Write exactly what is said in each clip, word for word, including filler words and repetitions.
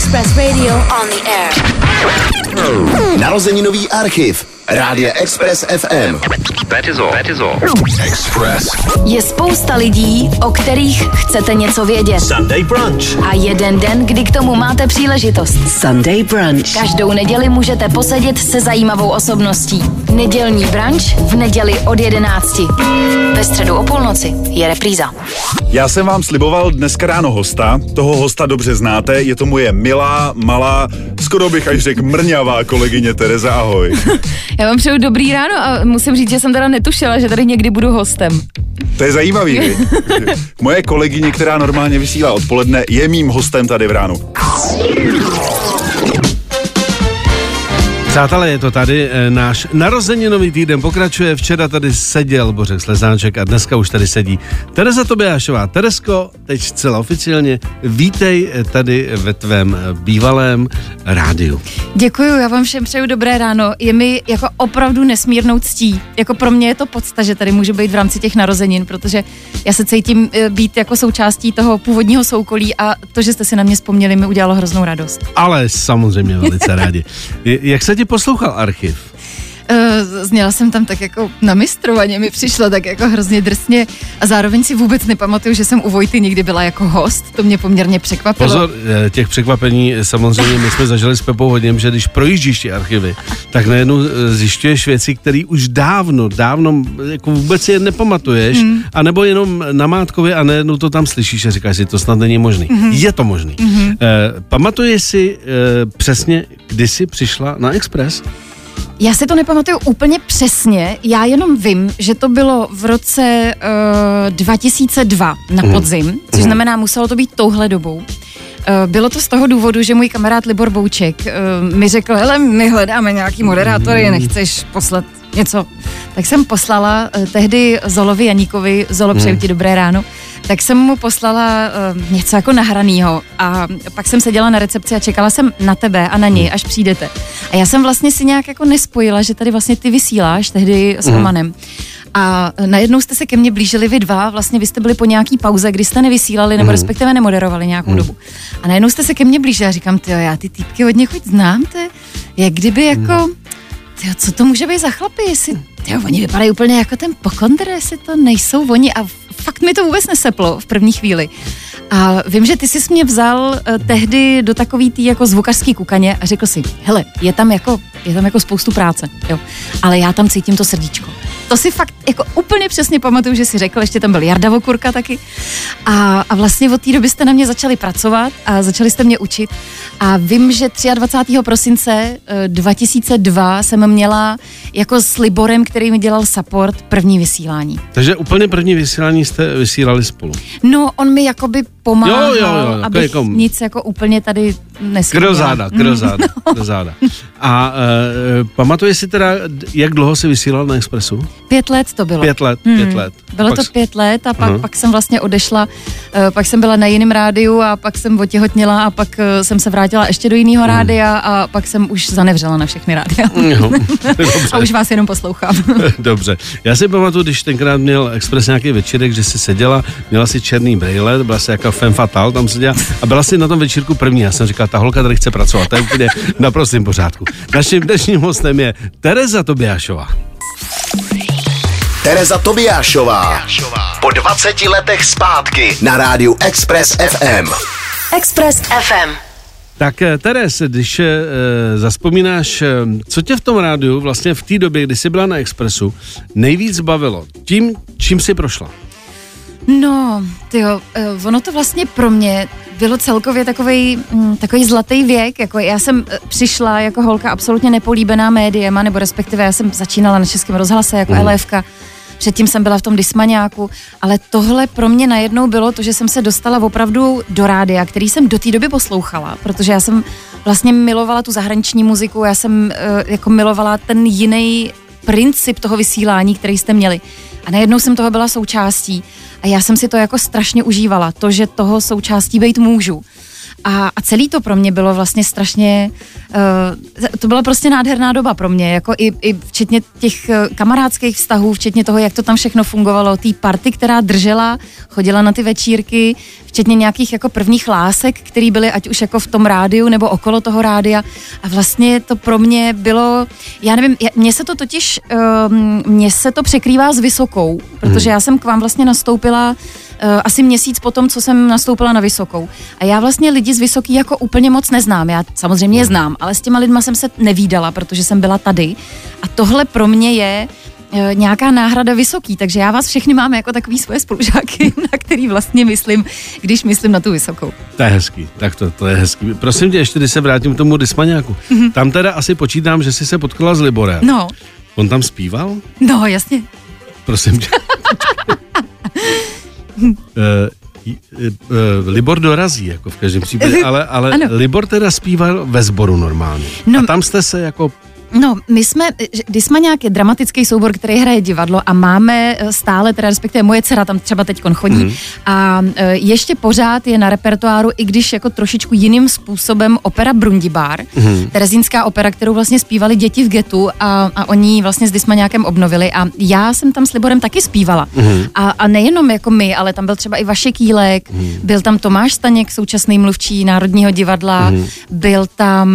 Express Radio on the air. Narozeninový archiv Rádia Express F M. That is all. That is all. Express. Je spousta lidí, o kterých chcete něco vědět. Sunday brunch. A jeden den, kdy k tomu máte příležitost. Sunday brunch. Každou neděli můžete posedět se zajímavou osobností. Nedělní brunch v neděli od jedenácti. Ve středu o půlnoci je repríza. Já jsem vám sliboval dneska ráno hosta. Toho hosta dobře znáte. Je to moje milá, malá, skoro bych až řekl mrňavá kolegyně Tereza. Ahoj. Já vám přeju dobrý ráno a musím říct, že jsem teda netušila, že tady někdy budu hostem. To je zajímavý, viď? Moje kolegyně, která normálně vysílá odpoledne, je mým hostem tady v ránu. Přátelé, je to tady, e, náš narozeninový týden pokračuje, včera tady seděl Bořek Slezáček a dneska už tady sedí Tereza Tobiášová. Teresko, teď zcela oficiálně, vítej tady ve tvém bývalém rádiu. Děkuju, já vám všem přeju dobré ráno, je mi jako opravdu nesmírnou ctí, jako pro mě je to podsta, že tady můžu být v rámci těch narozenin, protože já se cítím být jako součástí toho původního soukolí a to, že jste si na mě vzpomněli, mi udělalo hroznou radost. Ale samozřejmě velice rádi. Jak se ti poslouchal archiv? Uh, zněla jsem tam tak jako namistrovaně, mi přišlo tak jako hrozně drsně a zároveň si vůbec nepamatuju, že jsem u Vojty někdy byla jako host, to mě poměrně překvapilo. Pozor, těch překvapení samozřejmě my jsme zažili s Pepou hodně, že když projíždíš ty archivy, tak najednou zjišťuješ věci, které už dávno, dávno jako vůbec je nepamatuješ, mm. anebo jenom namátkově a najednou to tam slyšíš a říkáš si, to snad není možný. Mm. Je to možný. Mm. Eh, pamatuješ si eh, přesně, kdy jsi přišla na Express? Já si to nepamatuju úplně přesně, já jenom vím, že to bylo v roce uh, dva tisíce dva na podzim, což znamená, muselo to být touhle dobou. Uh, bylo to z toho důvodu, že můj kamarád Libor Bouček uh, mi řekl, hele, my hledáme nějaký moderátory, nechceš poslat něco? Tak jsem poslala uh, tehdy Zolovi Janíkovi, Zolo, přeju ti dobré ráno, tak jsem mu poslala uh, něco jako nahranýho a pak jsem seděla na recepci a čekala jsem na tebe a na něj, až přijdete. A já jsem vlastně si nějak jako nespojila, že tady vlastně ty vysíláš tehdy s Romanem. A najednou jste se ke mně blížili vy dva, vlastně vy jste byli po nějaký pauze, kdy jste nevysílali nebo respektive nemoderovali nějakou dobu. A najednou jste se ke mně blížili a říkám, tyjo, já ty týpky hodně chuť znám, ty, jak kdyby jako, tyjo, co to může být za chlapy, jestli, tyjo, oni vypadají úplně jako ten pokondr, jestli to nejsou oni a fakt mi to vůbec neseplo v první chvíli. A vím, že ty jsi mě vzal uh, tehdy do takový tý jako zvukařský kukaně a řekl si, hele, je tam jako, je tam jako spoustu práce, jo, ale já tam cítím to srdíčko. To si fakt jako úplně přesně pamatuju, že jsi řekl, ještě tam byl Jarda Vokurka taky. A, a vlastně od té doby jste na mě začali pracovat a začali jste mě učit. A vím, že dvacátého třetího prosince dva tisíce dva jsem měla jako s Liborem, který mi dělal support, první vysílání. Takže úplně první vysílání jste vysílali spolu. No, on mi jakoby pomáhal, jo, jo, jo, abych jako, nic jako úplně tady nesmíla. Krozáda, krozáda, no. krozáda. A uh, pamatuješ si teda, jak dlouho jsi vysílal na Expressu? Pět let to bylo. Pět let, hmm. pět let. Bylo pak to pět let a pak, uh-huh. pak jsem vlastně odešla, uh, pak jsem byla na jiném rádiu a pak jsem otěhotněla a pak uh, jsem se vrátila ještě do jiného uh-huh. rádia a pak jsem už zanevřela na všechny rádia. Jo, a už vás jenom poslouchám. Dobře. Já si pamatuju, když tenkrát měl Express nějaký večírek, že jsi seděla, měla si černý brýle, byla si jako femme fatale, tam seděla a byla si na tom večírku první. Já jsem říkal, ta holka tady chce pracovat, to je úplně naprostým pořádku. Naším dnešním hostem je Tereza Tobiášová. Tereza Tobiášová. Po dvaceti letech zpátky na rádiu Express F M. Express F M. Tak Teres, když e, zaspomínáš, co tě v tom rádiu vlastně v té době, kdy jsi byla na Expressu, nejvíc bavilo? Tím, čím jsi prošla? No, tyjo, ono to vlastně pro mě bylo celkově takovej, takový zlatý věk, jako já jsem přišla jako holka absolutně nepolíbená médiema, nebo respektive já jsem začínala na Českém rozhlase jako mm. LFka, předtím jsem byla v tom Dismaňáku, ale tohle pro mě najednou bylo to, že jsem se dostala opravdu do rádia, který jsem do té doby poslouchala, protože já jsem vlastně milovala tu zahraniční muziku, já jsem jako milovala ten jiný princip toho vysílání, který jste měli. A najednou jsem toho byla součástí a já jsem si to jako strašně užívala, to, že toho součástí být můžu. A, a celý to pro mě bylo vlastně strašně, uh, to byla prostě nádherná doba pro mě, jako i, i včetně těch kamarádských vztahů, včetně toho, jak to tam všechno fungovalo, té party, která držela, chodila na ty večírky, včetně nějakých jako prvních lásek, které byly ať už jako v tom rádiu nebo okolo toho rádia a vlastně to pro mě bylo, já nevím, mně se to totiž, um, mně se to překrývá s Vysokou, protože já jsem k vám vlastně nastoupila Uh, asi měsíc potom, co jsem nastoupila na Vysokou. A já vlastně lidi z Vysoký jako úplně moc neznám. Já samozřejmě je znám, ale s těma lidma jsem se nevídala, protože jsem byla tady. A tohle pro mě je uh, nějaká náhrada Vysoký, takže já vás všechny mám jako takový svoje spolužáky, na který vlastně myslím, když myslím na tu Vysokou. To je hezký, tak to, to je hezký. Prosím tě, ještě když se vrátím k tomu Dismaňáku. Mm-hmm. Tam teda asi počítám, že jsi se potkala s Liborem. No. On tam zpíval? No, jasně. Prosím tě. Uh, uh, uh, Libor dorazí, jako v každém případě, ale, ale Libor teda zpíval ve sboru normálně. No, a tam jste se jako... No, my jsme, Dismaňák je dramatický soubor, který hraje divadlo a máme stále, teda respektive moje dcera tam třeba teďkon chodí mm. a ještě pořád je na repertoáru, i když jako trošičku jiným způsobem opera Brundibár, mm. terezínská opera, kterou vlastně zpívali děti v getu a, a oni vlastně s Dismaňákem obnovili a já jsem tam s Liborem taky zpívala. Mm. A, a nejenom jako my, ale tam byl třeba i Vašek Jílek, mm. byl tam Tomáš Staněk, současný mluvčí Národního divadla, mm. byl tam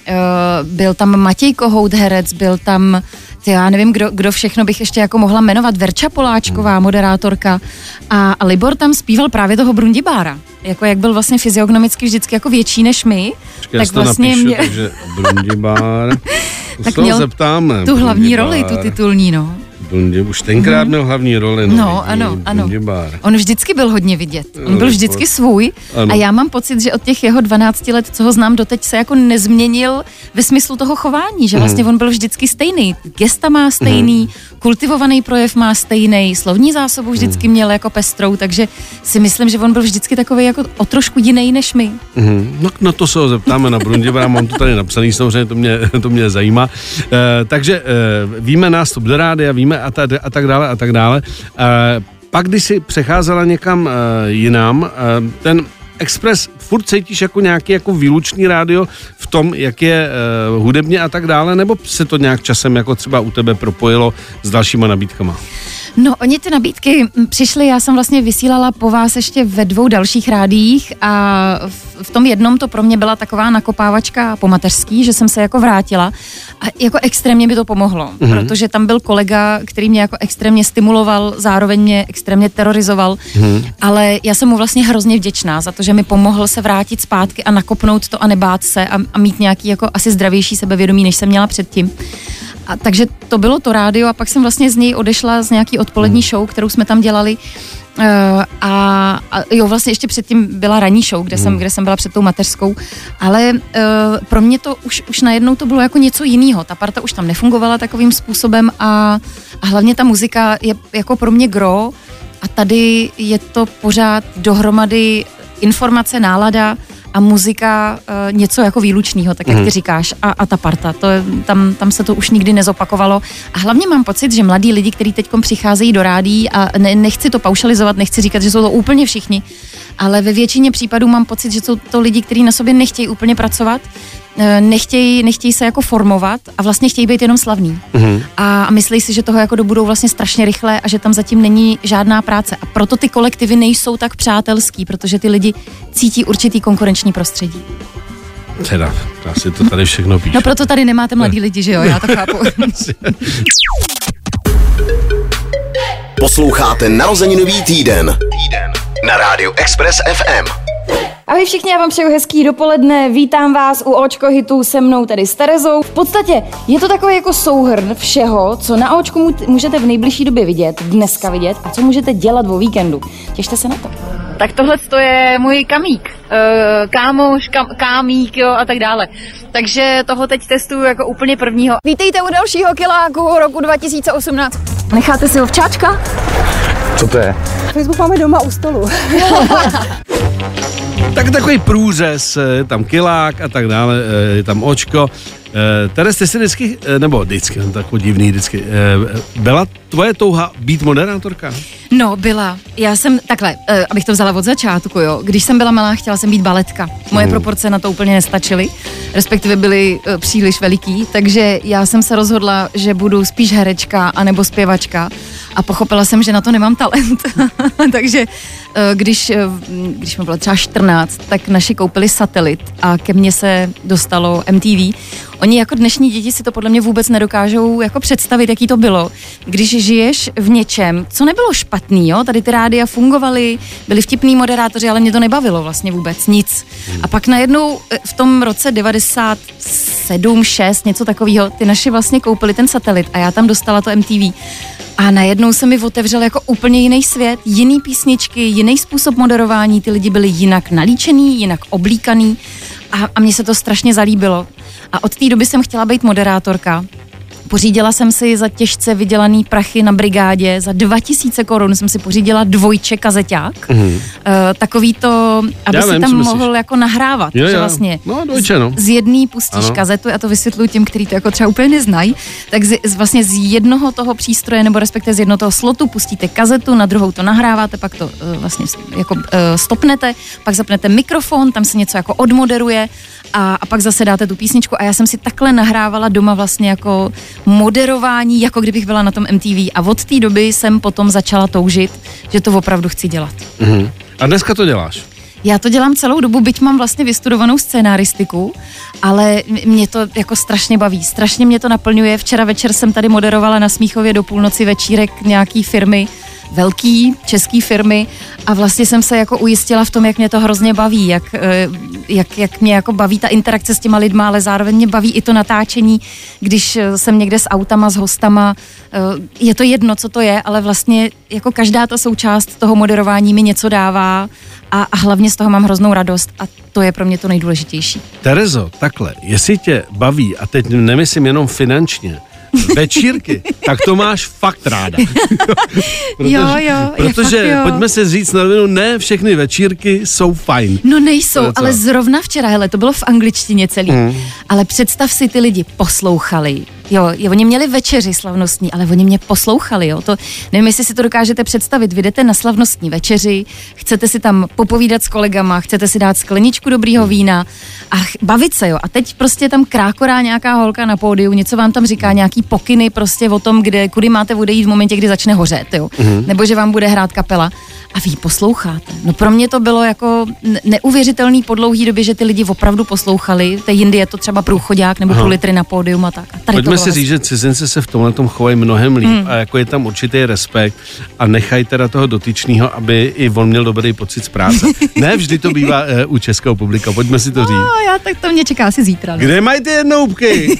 uh, byl tam Matěj Kohout, herec, byl tam, ty, já nevím, kdo, kdo všechno bych ještě jako mohla jmenovat, Verča Poláčková, moderátorka a, a Libor tam zpíval právě toho Brundibára, jako jak byl vlastně fyziognomicky vždycky jako větší než my. Počkej, tak já vlastně napíšu, mě... takže Brundibár, tak měl zeptáme, tu hlavní roli, tu titulní, no. Brundibár, už tenkrát měl hlavní roli. No, no ano, ano. On vždycky byl hodně vidět. On byl vždycky svůj ano. A já mám pocit, že od těch jeho dvanácti let, co ho znám doteď, se jako nezměnil ve smyslu toho chování, že vlastně on byl vždycky stejný. Gesta má stejný, kultivovaný projev má stejný, slovní zásobu vždycky měl jako pestrou, takže si myslím, že on byl vždycky takový jako o trošku jiný než my. No, no to se ho zeptáme na Brundibára, mám to tady napsaný, samozřejmě to mě, to mě zajímá. E, takže e, víme nástup do rádia, víme a, ta, a tak dále a tak dále. E, pak, když si přecházela někam e, jinam, e, ten Express furt cítíš jako nějaký jako výlučný rádio v tom, jak je e, hudebně a tak dále, nebo se to nějak časem jako třeba u tebe propojilo s dalšíma nabídkama? No, oni ty nabídky přišly, já jsem vlastně vysílala po vás ještě ve dvou dalších rádiích a v, v tom jednom to pro mě byla taková nakopávačka po mateřský, že jsem se jako vrátila a jako extrémně mi to pomohlo, mm-hmm. protože tam byl kolega, který mě jako extrémně stimuloval, zároveň mě extrémně terorizoval, mm-hmm. ale já jsem mu vlastně hrozně vděčná za to, že mi pomohl se vrátit zpátky a nakopnout to a nebát se a, a mít nějaký jako asi zdravější sebevědomí, než jsem měla předtím. A takže to bylo to rádio a pak jsem vlastně z něj odešla z nějaký odpolední show, kterou jsme tam dělali uh, a, a jo, vlastně ještě předtím byla ranní show, kde, jsem, kde jsem byla před tou mateřskou, ale uh, pro mě to už, už najednou to bylo jako něco jiného, ta parta už tam nefungovala takovým způsobem a, a hlavně ta muzika je jako pro mě gro a tady je to pořád dohromady informace, nálada a muzika e, něco jako výlučného, tak jak mm. ty říkáš, a, a ta parta, to je, tam, tam se to už nikdy nezopakovalo. A hlavně mám pocit, že mladí lidi, kteří teďkom přicházejí do rádií a ne, nechci to paušalizovat, nechci říkat, že jsou to úplně všichni, ale ve většině případů mám pocit, že jsou to lidi, kteří na sobě nechtějí úplně pracovat, nechtějí, nechtějí se jako formovat a vlastně chtějí být jenom slavný. Mm. A myslí si, že toho jako dobudou vlastně strašně rychle a že tam zatím není žádná práce. A proto ty kolektivy nejsou tak přátelský, protože ty lidi cítí určitý konkurenční prostředí. Teda, asi to tady všechno píše. No proto tady nemáte mladí lidi, že jo, já to chápu. Posloucháte Narozeninový týden. Týden na rádiu Express ef em. Ahoj všichni, já vám přeju hezký dopoledne, vítám vás u Očko hitů se mnou, tedy s Terezou. V podstatě je to takový jako souhrn všeho, co na Očku můžete v nejbližší době vidět, dneska vidět a co můžete dělat o víkendu. Těšte se na to. Tak tohle to je můj kamík, e, kámoš, kam, kámík, jo, a tak dále. Takže toho teď testuju jako úplně prvního. Vítejte u dalšího kiláku roku dva tisíce osmnáct. Necháte si ovčáčka? Co to je? Facebook máme doma u stolu. Tak takový průřez, je tam kilák a tak dále, je tam očko. Teres, ty jsi vždycky, nebo vždycky, takový divný vždycky, byla tvoje touha být moderátorka? No, byla. Já jsem, takhle, abych to vzala od začátku, jo. Když jsem byla malá, chtěla jsem být baletka. Moje mm. proporce na to úplně nestačily, respektive byly příliš veliký, takže já jsem se rozhodla, že budu spíš herečka anebo zpěvačka a pochopila jsem, že na to nemám talent. Takže když, když mi bylo třeba čtrnáct, tak naši koupili satelit a ke mně se dostalo M T V. Oni jako dnešní děti si to podle mě vůbec nedokážou jako představit, jaký to bylo, když žiješ v něčem, co nebylo špatný, jo? Tady ty rádia fungovaly, byli vtipní moderátoři, ale mě to nebavilo vlastně vůbec nic. A pak najednou v tom roce devadesát sedm, šest, něco takového, ty naši vlastně koupili ten satelit a já tam dostala to M T V. A najednou se mi otevřel jako úplně jiný svět, jiný písničky, jiný způsob moderování, ty lidi byli jinak nalíčený, jinak oblíkaný a, a mně se to strašně zalíbilo. A od té doby jsem chtěla být moderátorka. Pořídila jsem si za těžce vydělaný prachy na brigádě, za dva tisíce korun jsem si pořídila dvojče kazeťák, mm-hmm. uh, takový to, aby já si vím, tam myslíš. mohl jako nahrávat, jo, že jo. vlastně no, dvojče, no. z, z jedný pustíš ano. kazetu, já to vysvětluji těm, kteří to jako třeba úplně neznají, tak z, z, vlastně z jednoho toho přístroje, nebo respektive z jednoho toho slotu pustíte kazetu, na druhou to nahráváte, pak to uh, vlastně jako uh, stopnete, pak zapnete mikrofon, tam se něco jako odmoderuje a, a pak zase dáte tu písničku a já jsem si takhle nahrávala doma vlastně jako moderování, jako kdybych byla na tom M T V a od té doby jsem potom začala toužit, že to opravdu chci dělat. Mm-hmm. A dneska to děláš? Já to dělám celou dobu, byť mám vlastně vystudovanou scénáristiku, ale mě to jako strašně baví, strašně mě to naplňuje. Včera večer jsem tady moderovala na Smíchově do půlnoci večírek nějaký firmy, velký český firmy a vlastně jsem se jako ujistila v tom, jak mě to hrozně baví, jak, jak, jak mě jako baví ta interakce s těma lidma, ale zároveň mě baví i to natáčení, když jsem někde s autama, s hostama, je to jedno, co to je, ale vlastně jako každá ta součást toho moderování mi něco dává a, a hlavně z toho mám hroznou radost a to je pro mě to nejdůležitější. Terezo, takhle, jestli tě baví, a teď nemyslím jenom finančně, večírky, tak to máš fakt ráda. protože, jo, jo. Protože, jo. pojďme se říct na rovinu, ne všechny večírky jsou fajn. No nejsou, ale zrovna včera, hele, to bylo v angličtině celý, mm. ale představ si, ty lidi poslouchali. Jo, jo, oni měli večeři slavnostní, ale oni mě poslouchali, jo. To, nevím, jestli si to dokážete představit. Vy jdete na slavnostní večeři, chcete si tam popovídat s kolegama, chcete si dát skleničku dobrýho vína a bavit se, jo. A teď prostě tam krákorá nějaká holka na pódiu, něco vám tam říká, nějaký pokyny prostě o tom, kde, kudy máte odejít v momentě, kdy začne hořet, jo. Mm-hmm. Nebo že vám bude hrát kapela. A vy posloucháte. No pro mě to bylo jako neuvěřitelný po dlouhý době, že ty lidi opravdu poslouchali. Té jindy je to třeba průchodák nebo půl litry na pódium a tak. A tady pojďme si říct, že cizinci se v tomhle tom chovají mnohem líp hmm. a jako je tam určitý respekt a nechají teda toho dotyčného, aby i on měl dobrý pocit z práce. Ne vždy to bývá e, u českého publika, pojďme si to říct. No, já tak to mě čeká asi zítra. Ne? Kde mají ty jednoubky?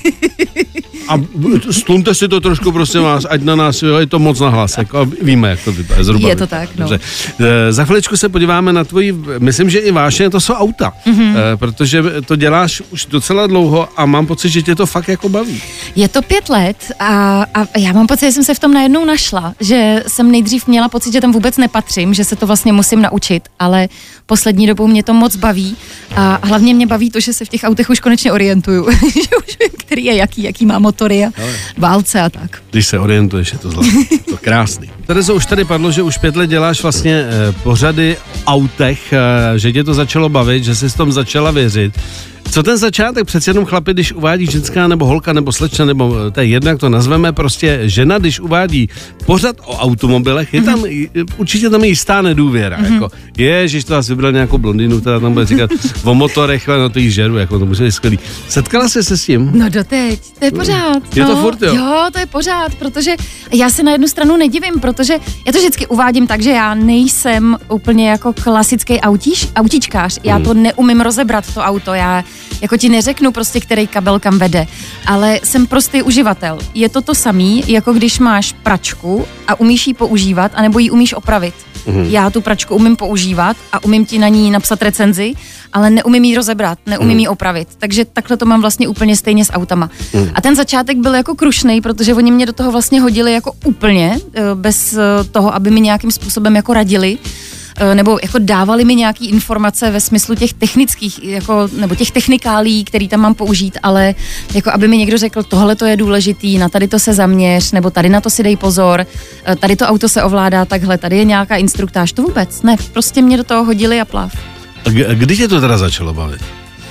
A stlumte si to trošku, prosím vás, ať na nás, jo, je to moc nahlas, jako víme, jak to vypadá. Zhruba je to tak, no. Dobře. E, za chviličku se podíváme na tvoji, myslím, že i vášně, to jsou auta, mm-hmm. e, protože to děláš už docela dlouho a mám pocit, že tě to fakt jako baví. Je to pět let a, a já mám pocit, že jsem se v tom najednou našla, že jsem nejdřív měla pocit, že tam vůbec nepatřím, že se to vlastně musím naučit, ale poslední dobou mě to moc baví a hlavně mě baví to, že se v těch autech už konečně orientuju, že už vím, který je jaký, jaký má motory a válce a tak. Když se orientuješ, je to zlatý, to krásný. Terezo, už tady padlo, že už pět let děláš vlastně eh, pořady o autech, eh, že tě to začalo bavit, že jsi v tom začala věřit. Co ten začátek? Přece jenom chlapi, když uvádí ženská nebo holka nebo slečna, nebo to je jedno, jak to nazveme, prostě žena, když uvádí pořad o automobilech, je tam, mm-hmm. určitě tam je jistá nedůvěra. Mm-hmm. Jako, ježiš, to asi vybral nějakou blondýnu, která tam bude říkat o motorech, no to jí žeru, jako to musí být skvělý. Setkala jsi se s tím? No doteď, to je pořád. Je no, to furt, jo? Jo, to je pořád, protože já se na jednu stranu nedivím, protože já to vždycky uvádím tak, že já nejsem úplně jako klasický autíš, autíčkář, já to neumím rozebrat, to auto, já jako ti neřeknu prostě, který kabel kam vede, ale jsem prostý uživatel. Je to to samý, jako když máš pračku a umíš ji používat, anebo ji umíš opravit. Mm. Já tu pračku umím používat a umím ti na ní napsat recenzi ale neumím ji rozebrat, neumím ji opravit. Takže takhle to mám vlastně úplně stejně s autama. Mm. A ten začátek byl jako krušnej, protože oni mě do toho vlastně hodili jako úplně, bez toho, aby mi nějakým způsobem jako radili, nebo jako dávali mi nějaký informace ve smyslu těch technických, jako, nebo těch technikálí, který tam mám použít, ale jako aby mi někdo řekl, tohle to je důležitý, na tady to se zaměř, nebo tady na to si dej pozor, tady to auto se ovládá takhle, tady je nějaká instruktáž, to vůbec ne, prostě mě do toho hodili a plav. A kdy tě to teda začalo bavit?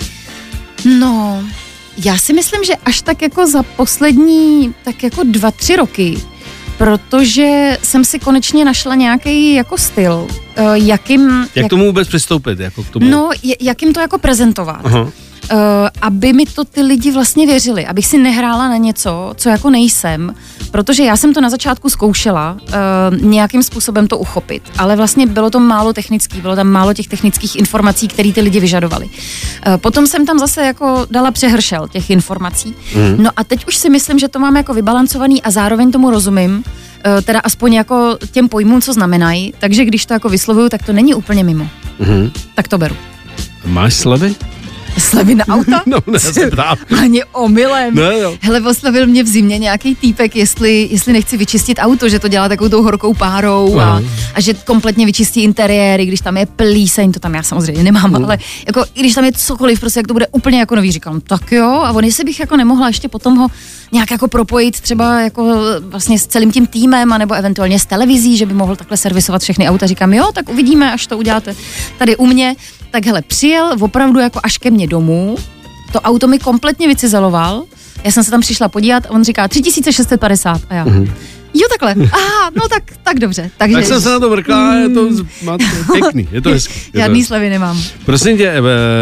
No, já si myslím, že až tak jako za poslední, tak jako dva, tři roky, protože jsem si konečně našla nějaký jako styl, jakým... Jak, jak tomu vůbec přistoupit? Jako k tomu? No, jakým to jako prezentovat. Aha. Uh, aby mi to ty lidi vlastně věřili, abych si nehrála na něco, co jako nejsem, protože já jsem to na začátku zkoušela uh, nějakým způsobem to uchopit, ale vlastně bylo to málo technický, bylo tam málo těch technických informací, které ty lidi vyžadovali. Uh, potom jsem tam zase jako dala přehršel těch informací. Mm. No a teď už si myslím, že to mám jako vybalancovaný a zároveň tomu rozumím, uh, teda aspoň jako těm pojmům, co znamenají, takže když to jako vyslovuju, tak to není úplně mimo. Mm. Tak to beru. Máš slevy? Slevy na auta? No, ne, se ptám. Ani omylem. Ne, jo. Hele, oslavil mě v zimě nějaký týpek, jestli, jestli nechci vyčistit auto, že to dělá takovou tou horkou párou a, a že kompletně vyčistí interiéry, když tam je plíseň, to tam já samozřejmě nemám, mm. ale jako i když tam je cokoliv, prostě jak to bude úplně jako nový, říkám, tak jo, a on jestli bych jako nemohla ještě potom ho nějak jako propojit třeba jako vlastně s celým tím týmem, anebo eventuálně s televizí, že by mohl takhle servisovat všechny auta, říkám, jo, tak uvidíme, až to uděláte tady u mě. Tak hele, přijel opravdu jako až ke mně domů, to auto mi kompletně vycizeloval, já jsem se tam přišla podívat a on říká tři tisíce šest set padesát a já, mm-hmm. jo takhle, aha, no tak, tak dobře. Takže, tak jsem se na to vrkla, je to pěkný, je to hezký. Žádný slevy nemám. Prosím tě,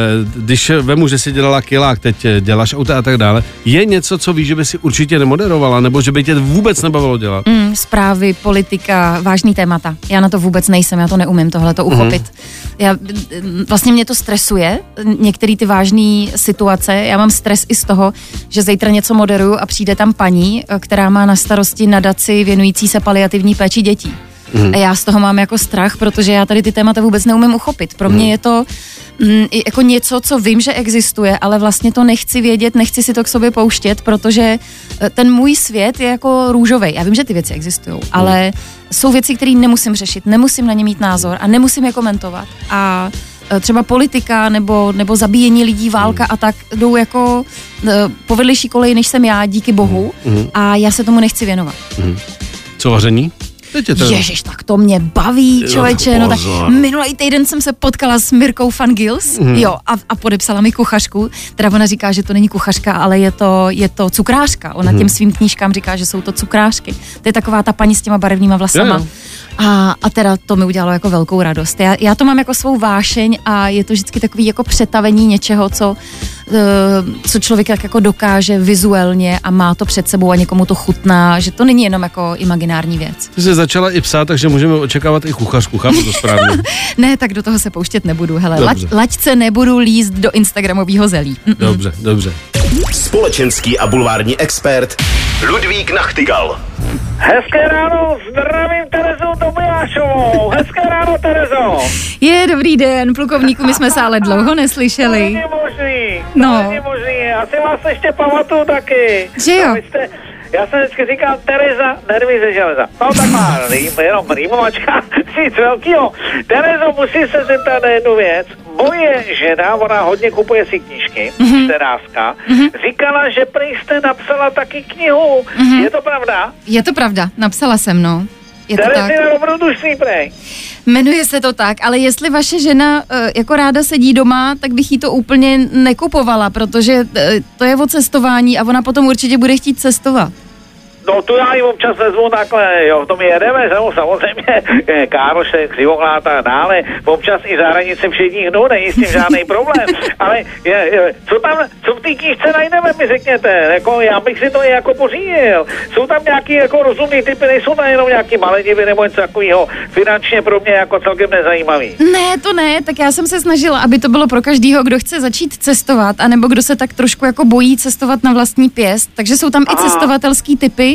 když vemu, že jsi dělala kilák, teď děláš auta a tak dále, je něco, co víš, že by si určitě nemoderovala, nebo že by tě vůbec nebavilo dělat? Mm, zprávy, politika, vážný témata. Já na to vůbec nejsem, já to neumím tohle to uchopit. Mm. Já, vlastně mě to stresuje, některé ty vážné situace, já mám stres i z toho, že zítra něco moderuju a přijde tam paní, která má na starosti nadaci věnující se paliativní péči dětí. Mm. A já z toho mám jako strach, protože já tady ty témata vůbec neumím uchopit. Pro mě je to mm, jako něco, co vím, že existuje, ale vlastně to nechci vědět, nechci si to k sobě pouštět, protože ten můj svět je jako růžovej. Já vím, že ty věci existují, mm. ale jsou věci, které nemusím řešit, nemusím na ně mít názor a nemusím je komentovat. A třeba politika nebo, nebo zabíjení lidí, válka a tak jdou jako po vedlejší koleji, než jsem já, díky bohu, mm. a já se tomu nechci věnovat. Mm. Co vaření? Ježiš, tak to mě baví, člověče, no tak minulý týden jsem se potkala s Mirkou van Gils, mm. jo, a, a podepsala mi kuchařku, teda ona říká, že to není kuchařka, ale je to, je to cukrářka, ona mm. těm svým knížkám říká, že jsou to cukrářky, to je taková ta paní s těma barevnýma vlasama. Yeah. A, a teda to mi udělalo jako velkou radost. Já, já to mám jako svou vášeň a je to vždycky takový jako přetavení něčeho, co, uh, co člověk tak jako dokáže vizuálně a má to před sebou a někomu to chutná, že to není jenom jako imaginární věc. Ty jsi začala i psát, takže můžeme očekávat i kuchařku, chápu to správně. Ne, tak do toho se pouštět nebudu. Hele, laď, laďce nebudu líst do instagramového zelí. Mm-mm. Dobře, dobře. Společenský a bulvární expert Ludvík Nachtigal. Hezké ráno, zdravím Terezu Tobiášovou. Hezké ráno, Terezo. Je, dobrý den, plukovníku, my jsme se ale dlouho neslyšeli. To není možný, to no. není možný, já si vás ještě pamatuju taky. Že jo? No, jste, já jsem vždycky říkal Tereza, nerví ze železa. No tak má rým, jenom rýmovačka, nic velkýho. Terezo, musím se zeptat na jednu věc. Moje žena, ona hodně kupuje si knížky, mm-hmm. čterářka, mm-hmm. říkala, že prý jste napsala taky knihu. Mm-hmm. Je to pravda? Je to pravda, napsala jsem, no. Je to tak. Terezina dobrodružství prej. Jmenuje se to tak, ale jestli vaše žena uh, jako ráda sedí doma, tak bych jí to úplně nekupovala, protože uh, to je o cestování a ona potom určitě bude chtít cestovat. No tu já ji občas vezmu takhle, jo, to my jedeme, no, samozřejmě, Károšek, Křivohlát a dále, občas i za hranice všedních dnů, není s tím žádný problém, ale je, je, co tam, co v té knížce najdeme, mi řekněte, jako, já bych si to i jako pořídil, jsou tam nějaký jako rozumný typy, nejsou tam jenom nějaký maledivy nebo něco takového, finančně pro mě jako celkem nezajímavý. Ne, to ne, tak já jsem se snažila, aby to bylo pro každýho, kdo chce začít cestovat, anebo kdo se tak trošku jako bojí cestovat na vlastní pěst, takže jsou tam Aha. i cestovatelský typy,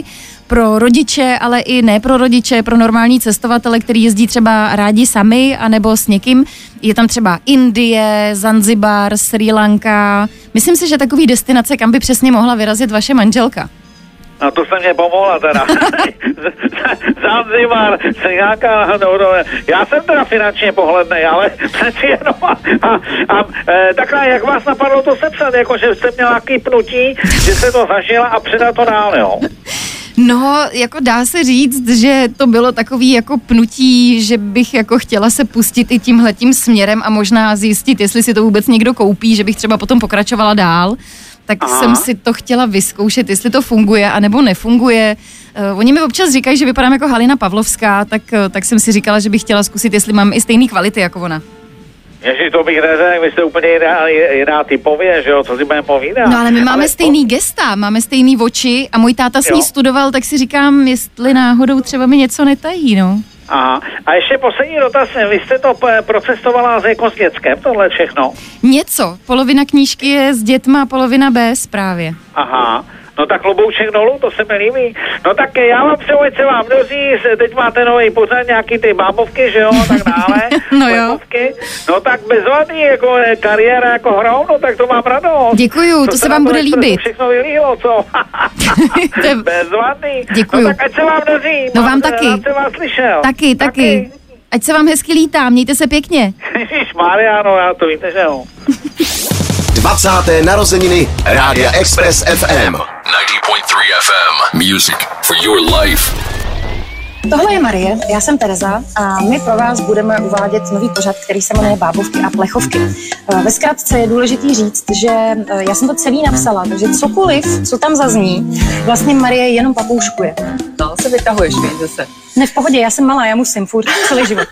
služby pro rodiče, ale i ne pro rodiče, pro normální cestovatele, který jezdí třeba rádi sami, anebo s někým. Je tam třeba Indie, Zanzibar, Srí Lanka. Myslím si, že takový destinace, kam by přesně mohla vyrazit vaše manželka. No to se mě pomohla teda. Zanzibar, Srilanka, no, no, já jsem teda finančně pohlednej, ale přeci jenom a, a, a e, takhle, jak vás napadlo to sepsat, jako že jste měla kýpnutí, že jste to zažila a předat to dál, jo? No, jako dá se říct, že to bylo takový jako pnutí, že bych jako chtěla se pustit i tímhletím směrem a možná zjistit, jestli si to vůbec někdo koupí, že bych třeba potom pokračovala dál. Tak Aha. jsem si to chtěla vyzkoušet, jestli to funguje, anebo nefunguje. Uh, oni mi občas říkají, že vypadám jako Halina Pavlovská, tak, uh, tak jsem si říkala, že bych chtěla zkusit, jestli mám i stejný kvality jako ona. Ježi, to bych neřekl, vy jste úplně jiná, jiná typově, že jo, co si budeme povídat. No ale my máme ale stejný to... gesta, máme stejný oči a můj táta s ní studoval, tak si říkám, jestli náhodou třeba mi něco netají, no. Aha. A ještě poslední dotaz, vy jste to procestovala jako s dětskem, tohle všechno? Něco, polovina knížky je s dětma, polovina bez právě. Aha. No tak klobouček dolů, to se mi líbí. No tak já vám přeju, ať se vám mnozí, teď máte nový pořád nějaký ty bábovky, že jo, tak dále. No jo. No tak bezvadný, jako kariéra jako hrou, no tak to mám radost. Děkuju, to, to se vám bude líbit. To všechno vylíhlo, co? Bezvadný. Děkuju. No tak ať se vám mnozí. No vám taky. Rád jsem vás slyšel. Taky, taky. taky. Ať se vám hezky lítá, mějte se pěkně. Ježišmarja, no já to víte, že jo. dvacáté narozeniny Rádia Express F M. ninety point three F M. Music for your life. Tohle je Marie, já jsem Tereza a my pro vás budeme uvádět nový pořad, který se jmenuje Bábovky a plechovky. Ve zkratce je důležitý říct, že já jsem to celý napsala, takže cokoliv, co tam zazní, vlastně Marie jenom papouškuje. No, se vytahuješ, víš, zase. Ne, v pohodě, já jsem malá, já musím furt celý život.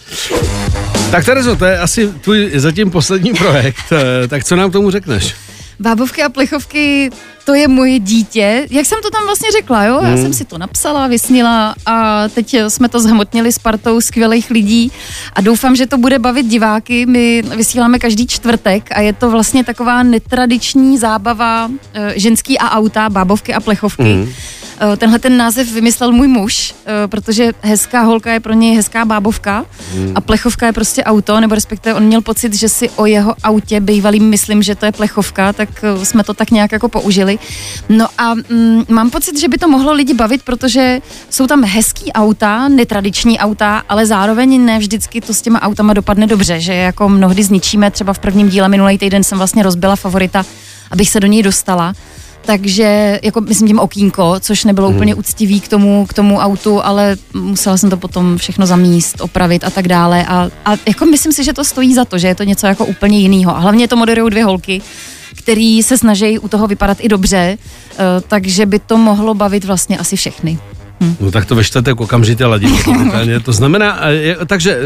Tak Terezo, to je asi tvůj zatím poslední projekt, tak co nám k tomu řekneš? Bábovky a plechovky, to je moje dítě. Jak jsem to tam vlastně řekla, jo? Já hmm. jsem si to napsala, vysnila a teď jsme to zhmotnili s partou skvělých lidí a doufám, že to bude bavit diváky. My vysíláme každý čtvrtek a je to vlastně taková netradiční zábava ženský a auta, bábovky a plechovky. Hmm. Tenhle ten název vymyslel můj muž, protože hezká holka je pro něj hezká bábovka hmm. a plechovka je prostě auto, nebo respektive on měl pocit, že si o jeho autě bývalým myslím, že to je plechovka, tak jsme to tak nějak jako použili. No a mm, mám pocit, že by to mohlo lidi bavit, protože jsou tam hezký auta, netradiční auta, ale zároveň ne vždycky to s těma autama dopadne dobře, že jako mnohdy zničíme, třeba v prvním díle minulý týden jsem vlastně rozbila favorita, abych se do něj dostala. Takže, jako myslím tím okýnko, což nebylo hmm. úplně úctivý k tomu, k tomu autu, ale musela jsem to potom všechno zamíst, opravit a tak dále. A, a jako myslím si, že to stojí za to, že je to něco jako úplně jinýho. A hlavně to moderují dvě holky, který se snaží u toho vypadat i dobře, takže by to mohlo bavit vlastně asi všechny. Hm. No tak to ve čtvrtek okamžitě ladí. To znamená, takže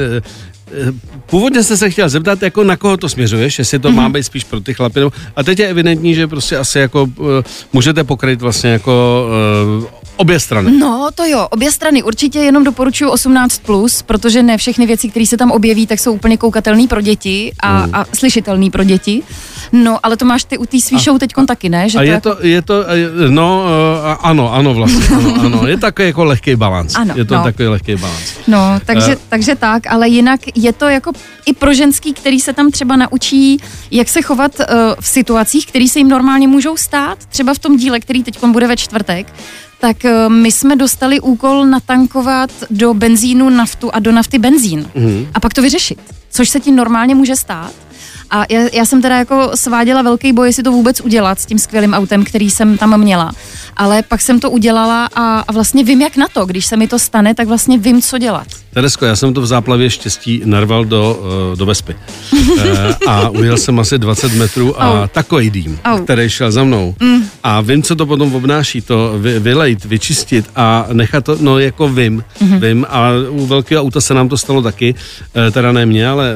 původně jste se chtěl zeptat, jako na koho to směřuješ, jestli to mm-hmm. má být spíš pro ty chlapy, a teď je evidentní, že prostě asi jako uh, můžete pokryt vlastně jako uh, obě strany. No to jo, obě strany určitě jenom doporučuji osmnáct plus, protože ne všechny věci, které se tam objeví, tak jsou úplně koukatelný pro děti a, mm. a slyšitelný pro děti. No, ale to máš ty u té svý show teďkon taky, ne? Že a to je, jako... to, je to, no, uh, ano, ano vlastně, ano, ano. Je takový jako lehký balans. Ano, je to no. takový lehký balans. No, takže, uh, takže tak, ale jinak je to jako i pro ženský, který se tam třeba naučí, jak se chovat uh, v situacích, které se jim normálně můžou stát, třeba v tom díle, který teďkon bude ve čtvrtek, tak uh, my jsme dostali úkol natankovat do benzínu naftu a do nafty benzín. Mm. A pak to vyřešit, což se ti normálně může stát. A já, já jsem teda jako sváděla velký boj, jestli to vůbec udělat s tím skvělým autem, který jsem tam měla. Ale pak jsem to udělala a, a vlastně vím, jak na to. Když se mi to stane, tak vlastně vím, co dělat. Teresko, já jsem to v záplavě štěstí narval do, do Vespy. e, a ujel jsem asi dvacet metrů a oh. takový dým, oh. který šel za mnou. Mm. A vím, co to potom obnáší, to vy, vylejt, vyčistit a nechat to, no jako vím, mm-hmm. vím. A u velkého auta se nám to stalo taky, e, teda ne mě, ale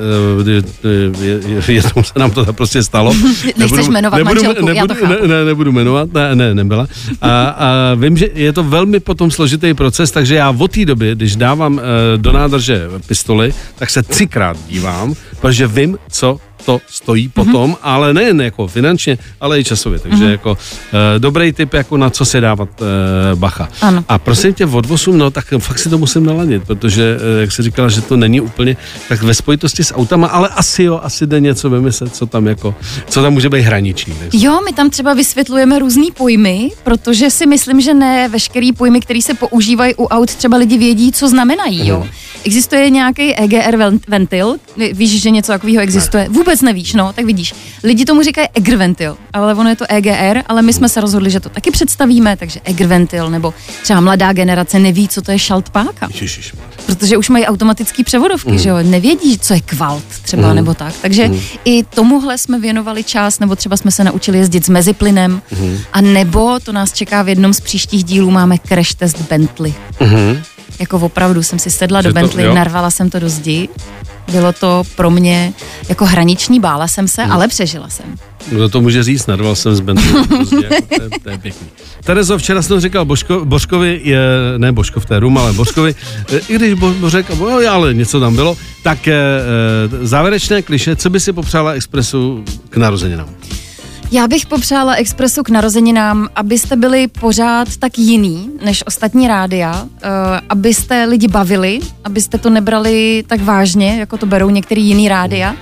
e, jednou se nám to prostě stalo. Nechceš jmenovat nebudu, manželku, nebudu, já to chápu. Ne, ne, nebudu jmenovat, ne, ne nebyla. A, a vím, že je to velmi potom složitý proces, takže já od té doby, když dávám e, do nádrže pistoli, tak se třikrát dívám, protože vím, co to stojí potom, mm-hmm. ale nejen jako finančně, ale i časově. Takže mm-hmm. jako uh, dobrý tip, jako na co si dávat uh, bacha. Ano. A prosím tě, od osm, no tak fakt si to musím naladit, protože, uh, jak jsi říkala, že to není úplně tak ve spojitosti s autama, ale asi jo, asi jde něco vymyslet, co tam jako, co tam může být hraniční. Jo, my tam třeba vysvětlujeme různý pojmy, protože si myslím, že ne veškerý pojmy, které se používají u aut, třeba lidi vědí, co znamenají, jo. Mm. Existuje nějaký E G R ventil, víš, že něco takového existuje? Vůbec nevíš, no, tak vidíš. Lidi tomu říkají E G R ventil, ale ono je to E G R, ale my jsme se rozhodli, že to taky představíme, takže E G R ventil, nebo třeba mladá generace neví, co to je šaltpáka. Protože už mají automatický převodovky, mm. že jo, nevědí, co je kvalt třeba, mm. nebo tak. Takže mm. i tomuhle jsme věnovali čas, nebo třeba jsme se naučili jezdit s meziplynem, mm. a nebo to nás čeká v jednom z příštích dílů, máme crash test Bentley. Mm. Jako opravdu jsem si sedla že do Bentley, to, narvala jsem to do zdi. Bylo to pro mě jako hraniční, bála jsem se, hmm. ale přežila jsem. Kdo to může říct, narval jsem z Bentley. Prostě, jako, to, je, to je pěkný. Terezo, včera jsem říkal Božko, Božkovi, je, ne Božkov, to je rum, ale Božkovi, i když Bo, Božek, ale něco tam bylo, tak e, závěrečné kliše, co by si popřála Expressu k narozeninám? Já bych popřála Expressu k narozeninám, abyste byli pořád tak jiný než ostatní rádia, uh, abyste lidi bavili, abyste to nebrali tak vážně, jako to berou některý jiný rádia,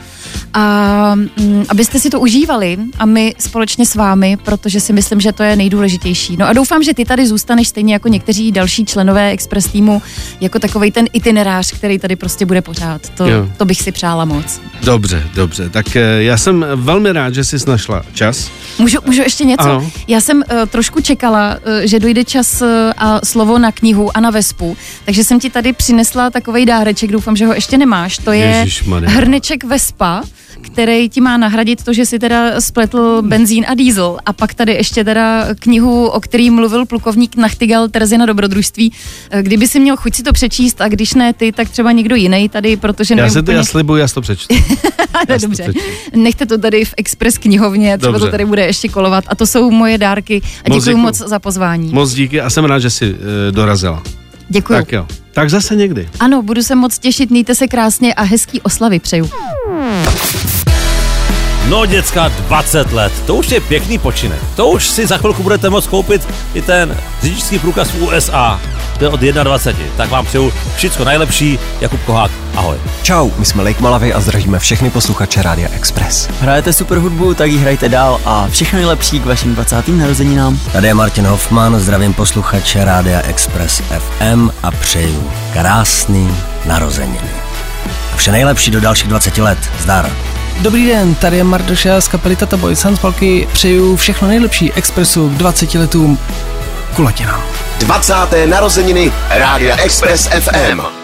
a um, abyste si to užívali a my společně s vámi, protože si myslím, že to je nejdůležitější. No a doufám, že ty tady zůstaneš stejně jako někteří další členové Express týmu, jako takovej ten itinerář, který tady prostě bude pořád. To, to bych si přála moc. Dobře, dobře. Tak já jsem velmi rád, že jsi našla čas. Můžu, můžu ještě něco? Ano. Já jsem uh, trošku čekala, uh, že dojde čas uh, a slovo na knihu a na vespu, takže jsem ti tady přinesla takovej dáreček, doufám, že ho ještě nemáš. To je Ježišmarja. Hrneček Vespa, který ti má nahradit to, že si teda spletl benzín a diesel. A pak tady ještě teda knihu, o který mluvil plukovník Nachtigal Terezina dobrodružství. Kdyby si měl chuť si to přečíst a když ne ty, tak třeba někdo jiný tady, protože nevím. Já se to úplně... já slibuju, já to přečtu. já Dobře, to přečtu. Nechte to tady v Express knihovně, třeba Dobře. To tady bude ještě kolovat. A to jsou moje dárky a moc děkuji moc za pozvání. Moc díky a jsem rád, že jsi uh, dorazila. Děkuji. Tak jo, tak zase někdy. Ano, budu se moc těšit, mějte se krásně a hezký oslavy přeju. No děcka, dvacet let, to už je pěkný počinek. To už si za chvilku budete moct koupit i ten řidičský průkaz v U S A. To je od dvacet jedna. Tak vám přeju všecko nejlepší. Jakub Kohák, ahoj. Čau, my jsme Lake Malavy a zdravíme všechny posluchače Rádia Express. Hrajete super hudbu, tak ji hrajte dál a všechno nejlepší k vašim dvacátým narozeninám. Tady je Martin Hoffman, zdravím posluchače Rádia Express F M a přeju krásný narozeniny. A vše nejlepší do dalších dvaceti let. Zdar. Dobrý den, tady je Mardoša z kapely Tata Boys Hanspalky. Přeju všechno nejlepší Expressu k dvaceti letům kulatinám. dvacáté narozeniny Rádia Express F M.